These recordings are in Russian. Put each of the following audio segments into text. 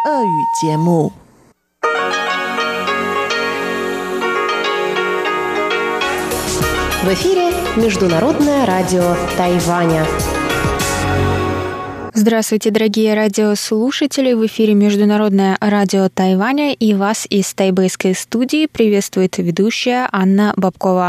俄语节目。 В эфире Международное радио Тайваня. Здравствуйте, дорогие радиослушатели! В эфире Международное радио Тайваня, и вас из тайбэйской студии приветствует ведущая Анна Бабкова.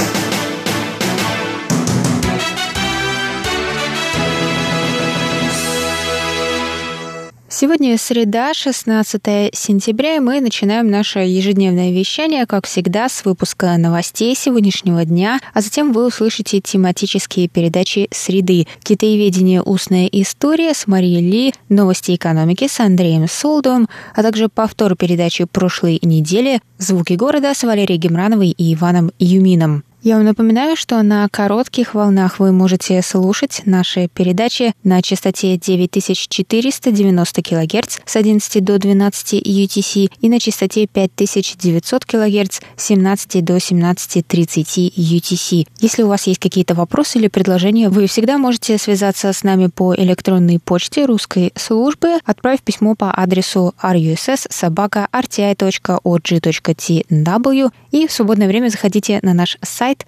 Сегодня среда, 16 сентября, и мы начинаем наше ежедневное вещание, как всегда, с выпуска новостей сегодняшнего дня, а затем вы услышите тематические передачи «Среды», «Китаеведение. Устная история» с Марией Ли, «Новости экономики» с Андреем Солдовым, а также повтор передачи прошлой недели «Звуки города» с Валерией Гемрановой и Иваном Юмином. Я вам напоминаю, что на коротких волнах вы можете слушать наши передачи на частоте 9490 кГц с 11 до 12 UTC и на частоте 5900 кГц с 17 до 17:30 UTC. Если у вас есть какие-то вопросы или предложения, вы всегда можете связаться с нами по электронной почте русской службы, отправив письмо по адресу russ@rti.org.tw, и в свободное время заходите на наш сайт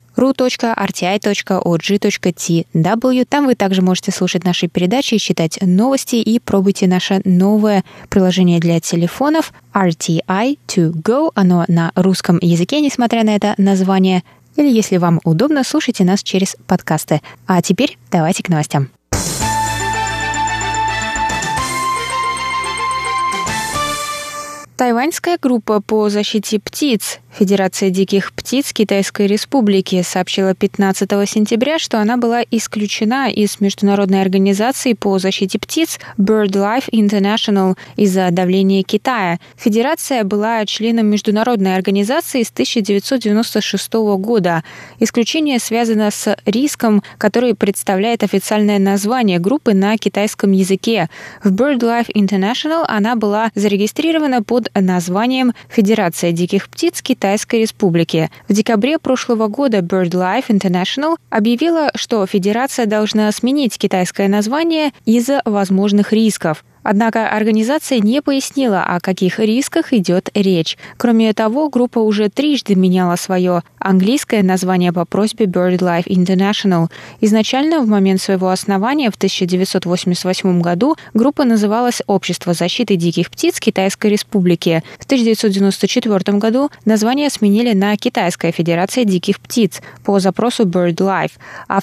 ru.rti.org.tw. Там вы также можете слушать наши передачи, читать новости и пробуйте наше новое приложение для телефонов RTI To Go. Оно на русском языке, несмотря на это название. Или, если вам удобно, слушайте нас через подкасты. А теперь давайте к новостям. Тайваньская группа по защите птиц Федерация диких птиц Китайской Республики сообщила 15 сентября, что она была исключена из международной организации по защите птиц BirdLife International из-за давления Китая. Федерация была членом международной организации с 1996 года. Исключение связано с риском, который представляет официальное название группы на китайском языке. В BirdLife International она была зарегистрирована под названием Федерация диких птиц Китайской Республики. В декабре прошлого года BirdLife International объявила, что Федерация должна сменить китайское название из-за возможных рисков. Однако организация не пояснила, о каких рисках идет речь. Кроме того, группа уже трижды меняла свое английское название по просьбе BirdLife International. Изначально, в момент своего основания в 1988 году, группа называлась «Общество защиты диких птиц Китайской Республики». В 1994 году название сменили на «Китайская Федерация диких птиц» по запросу BirdLife, а в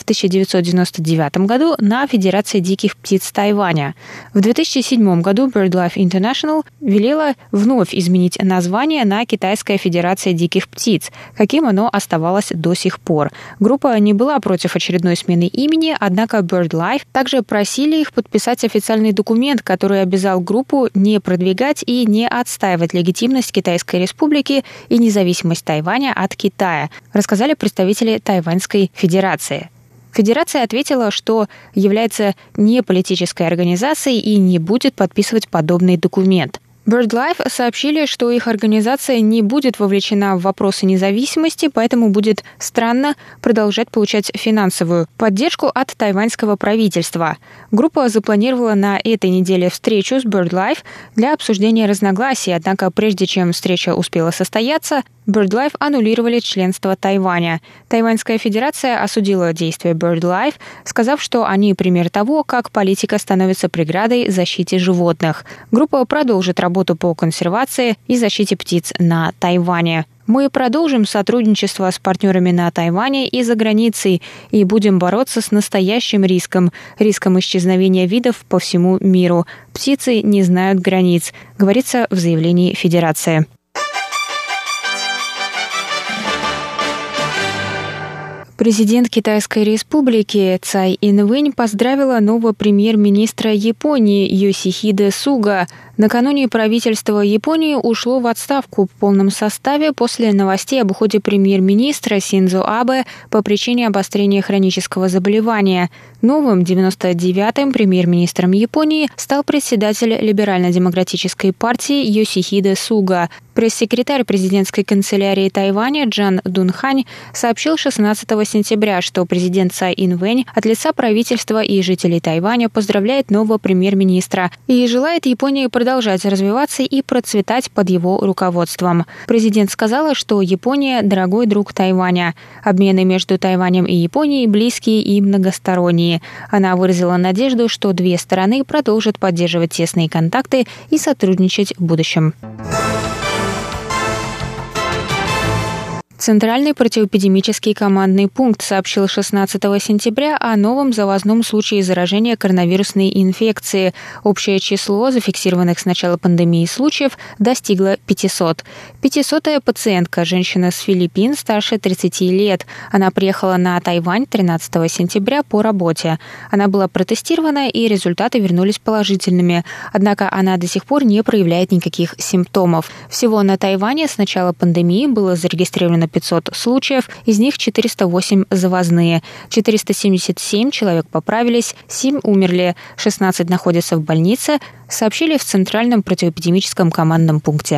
1999 году на «Федерация диких птиц Тайваня». В 2007 году BirdLife International велела вновь изменить название на Китайская Федерация диких птиц, каким оно оставалось до сих пор. Группа не была против очередной смены имени, однако BirdLife также просили их подписать официальный документ, который обязал группу не продвигать и не отстаивать легитимность Китайской Республики и независимость Тайваня от Китая, рассказали представители Тайваньской Федерации. Федерация ответила, что является неполитической организацией и не будет подписывать подобный документ. BirdLife сообщили, что их организация не будет вовлечена в вопросы независимости, поэтому будет странно продолжать получать финансовую поддержку от тайваньского правительства. Группа запланировала на этой неделе встречу с BirdLife для обсуждения разногласий, однако прежде чем встреча успела состояться, BirdLife аннулировали членство Тайваня. Тайваньская Федерация осудила действия BirdLife, сказав, что они пример того, как политика становится преградой защите животных. Группа продолжит работу по консервации и защите птиц на Тайване. Мы продолжим сотрудничество с партнерами на Тайване и за границей и будем бороться с настоящим риском исчезновения видов по всему миру. Птицы не знают границ, говорится в заявлении Федерации. Президент Китайской Республики Цай Инвэнь поздравила нового премьер-министра Японии Йосихиде Суга. Накануне правительство Японии ушло в отставку в полном составе после новостей об уходе премьер-министра Синдзо Абэ по причине обострения хронического заболевания. Новым 99-м премьер-министром Японии стал председатель либерально-демократической партии Йосихиде Суга. Пресс-секретарь президентской канцелярии Тайваня Джан Дунхань сообщил 16 сентября, что президент Цай Инвэнь от лица правительства и жителей Тайваня поздравляет нового премьер-министра и желает Японии продолжать продолжать развиваться и процветать под его руководством. Президент сказала, что Япония – дорогой друг Тайваня. Обмены между Тайванем и Японией близкие и многосторонние. Она выразила надежду, что две стороны продолжат поддерживать тесные контакты и сотрудничать в будущем. Центральный противоэпидемический командный пункт сообщил 16 сентября о новом завозном случае заражения коронавирусной инфекцией. Общее число зафиксированных с начала пандемии случаев достигло 500. 500-я пациентка, женщина с Филиппин, старше 30 лет. Она приехала на Тайвань 13 сентября по работе. Она была протестирована, и результаты вернулись положительными. Однако она до сих пор не проявляет никаких симптомов. Всего на Тайване с начала пандемии было зарегистрировано 500 случаев, из них 408 завозные. 477 человек поправились, 7 умерли, 16 находятся в больнице, сообщили в Центральном противоэпидемическом командном пункте.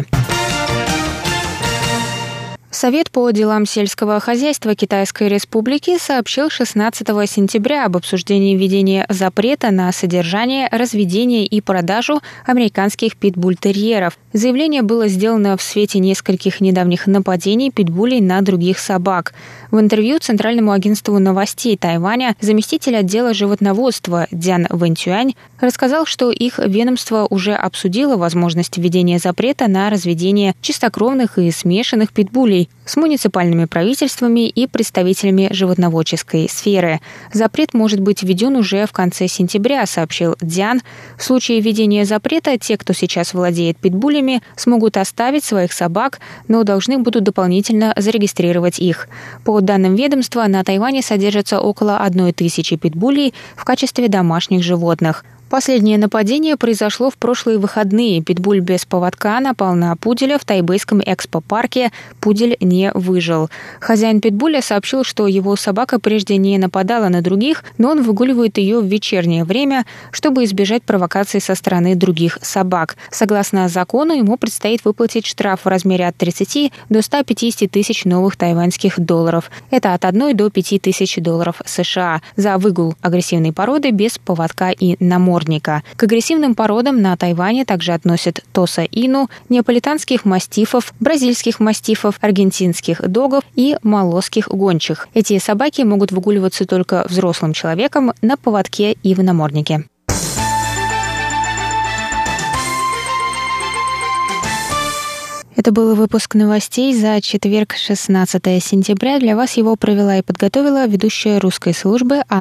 Совет по делам сельского хозяйства Китайской Республики сообщил 16 сентября об обсуждении введения запрета на содержание, разведение и продажу американских питбуль-терьеров. Заявление было сделано в свете нескольких недавних нападений питбулей на других собак. В интервью Центральному агентству новостей Тайваня заместитель отдела животноводства Дзян Вэньцюань рассказал, что их ведомство уже обсудило возможность введения запрета на разведение чистокровных и смешанных питбулей с муниципальными правительствами и представителями животноводческой сферы. Запрет может быть введен уже в конце сентября, сообщил Дзян. В случае введения запрета те, кто сейчас владеет питбулями, смогут оставить своих собак, но должны будут дополнительно зарегистрировать их. По данным ведомства, на Тайване содержится около 1000 питбулей в качестве домашних животных. Последнее нападение произошло в прошлые выходные. Питбуль без поводка напал на пуделя в тайбэйском экспо-парке. Пудель не выжил. Хозяин питбуля сообщил, что его собака прежде не нападала на других, но он выгуливает ее в вечернее время, чтобы избежать провокаций со стороны других собак. Согласно закону, ему предстоит выплатить штраф в размере от 30 до 150 тысяч новых тайваньских долларов. Это от 1 до 5 тысяч долларов США за выгул агрессивной породы без поводка и намордника. К агрессивным породам на Тайване также относят тоса ину, неаполитанских мастифов, бразильских мастифов, аргентинских догов и малосских гончих. Эти собаки могут выгуливаться только взрослым человеком на поводке и в наморднике. Это был выпуск новостей за четверг, 16 сентября. Для вас его провела и подготовила ведущая русской службы